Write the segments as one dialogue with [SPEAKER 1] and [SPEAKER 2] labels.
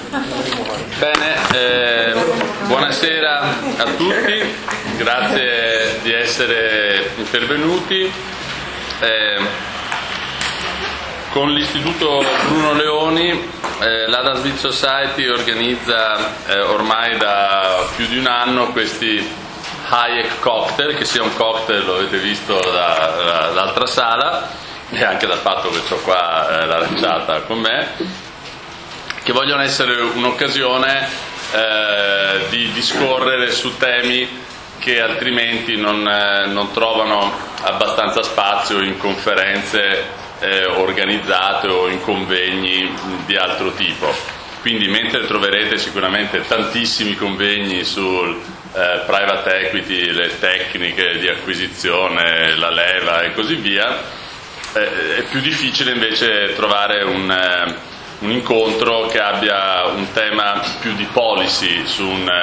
[SPEAKER 1] Bene, buonasera a tutti, grazie di essere intervenuti. Con l'Istituto Bruno Leoni l'Adam Smith Society organizza ormai da più di un anno questi Hayek cocktail, che sia un cocktail, lo avete visto dall'altra sala e anche dal fatto che ho qua l'aranciata con me, che vogliono essere un'occasione di discorrere su temi che altrimenti non trovano abbastanza spazio in conferenze organizzate o in convegni di altro tipo. Quindi mentre troverete sicuramente tantissimi convegni sul private equity, le tecniche di acquisizione, la leva e così via, è più difficile invece trovare un incontro che abbia un tema più di policy su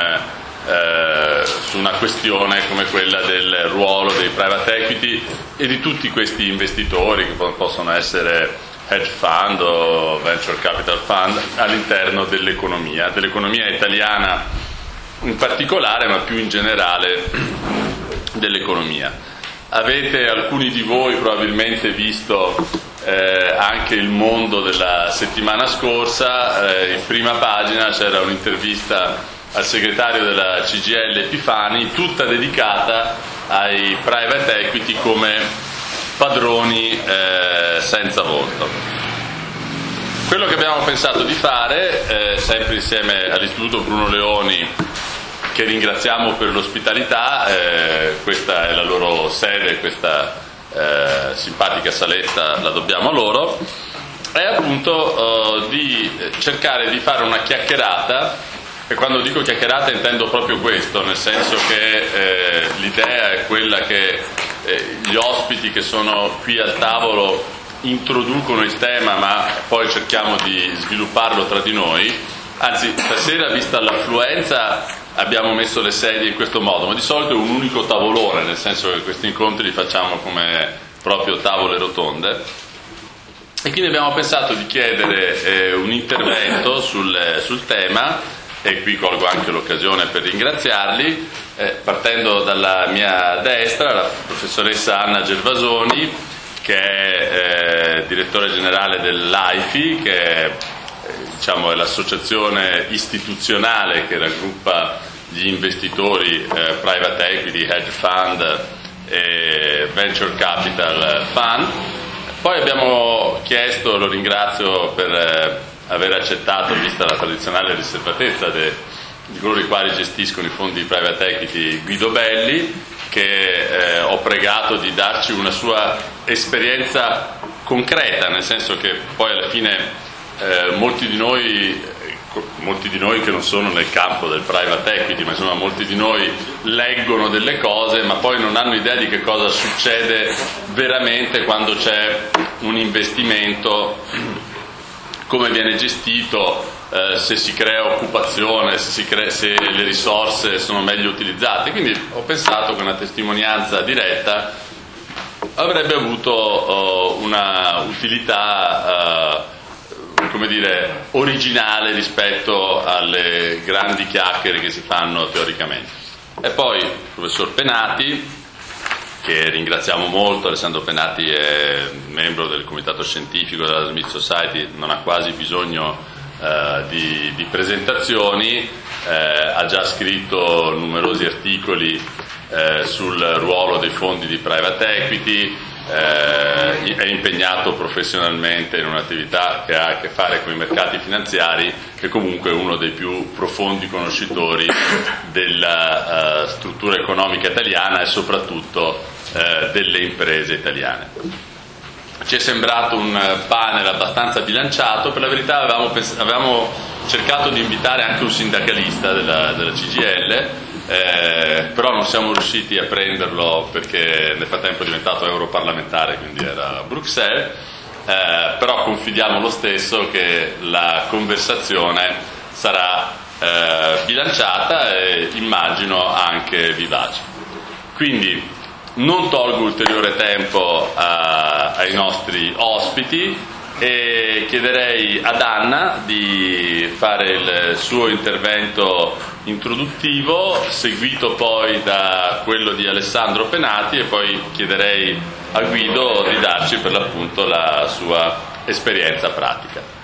[SPEAKER 1] una questione come quella del ruolo dei private equity e di tutti questi investitori che possono essere hedge fund o venture capital fund all'interno dell'economia italiana in particolare, ma più in generale dell'economia. Avete alcuni di voi probabilmente visto anche Il Mondo della settimana scorsa. In prima pagina c'era un'intervista al segretario della CGIL Epifani, tutta dedicata ai private equity come padroni senza volto. Quello che abbiamo pensato di fare, sempre insieme all'Istituto Bruno Leoni, che ringraziamo per l'ospitalità, questa è la loro sede, questa simpatica saletta la dobbiamo a loro, è appunto di cercare di fare una chiacchierata, e quando dico chiacchierata intendo proprio questo, nel senso che l'idea è quella che gli ospiti che sono qui al tavolo introducono il tema, ma poi cerchiamo di svilupparlo tra di noi. Anzi, stasera, vista l'affluenza, abbiamo messo le sedie in questo modo, ma di solito è un unico tavolone, nel senso che questi incontri li facciamo come proprio tavole rotonde, e quindi abbiamo pensato di chiedere un intervento sul tema, e qui colgo anche l'occasione per ringraziarli, partendo dalla mia destra, la professoressa Anna Gervasoni, che è direttore generale dell'AIFI, che è è l'associazione istituzionale che raggruppa gli investitori private equity, hedge fund e venture capital fund. Poi abbiamo chiesto, lo ringrazio per aver accettato, vista la tradizionale riservatezza di coloro i quali gestiscono i fondi di private equity, Guido Belli, che ho pregato di darci una sua esperienza concreta, nel senso che poi alla fine molti di noi che non sono nel campo del private equity, ma insomma molti di noi leggono delle cose ma poi non hanno idea di che cosa succede veramente quando c'è un investimento, come viene gestito, se si crea occupazione, se le risorse sono meglio utilizzate. Quindi ho pensato che una testimonianza diretta avrebbe avuto una utilità originale rispetto alle grandi chiacchiere che si fanno teoricamente. E poi il professor Penati, che ringraziamo molto. Alessandro Penati è membro del comitato scientifico della Smith Society, non ha quasi bisogno di presentazioni, ha già scritto numerosi articoli sul ruolo dei fondi di private equity, è impegnato professionalmente in un'attività che ha a che fare con i mercati finanziari, e comunque è uno dei più profondi conoscitori della struttura economica italiana e soprattutto delle imprese italiane. Ci è sembrato un panel abbastanza bilanciato. Per la verità avevamo cercato di invitare anche un sindacalista della CGIL, però non siamo riusciti a prenderlo perché nel frattempo è diventato europarlamentare, quindi era a Bruxelles, però confidiamo lo stesso che la conversazione sarà bilanciata e immagino anche vivace. Quindi non tolgo ulteriore tempo ai nostri ospiti, e chiederei ad Anna di fare il suo intervento introduttivo, seguito poi da quello di Alessandro Penati, e poi chiederei a Guido di darci per l'appunto la sua esperienza pratica.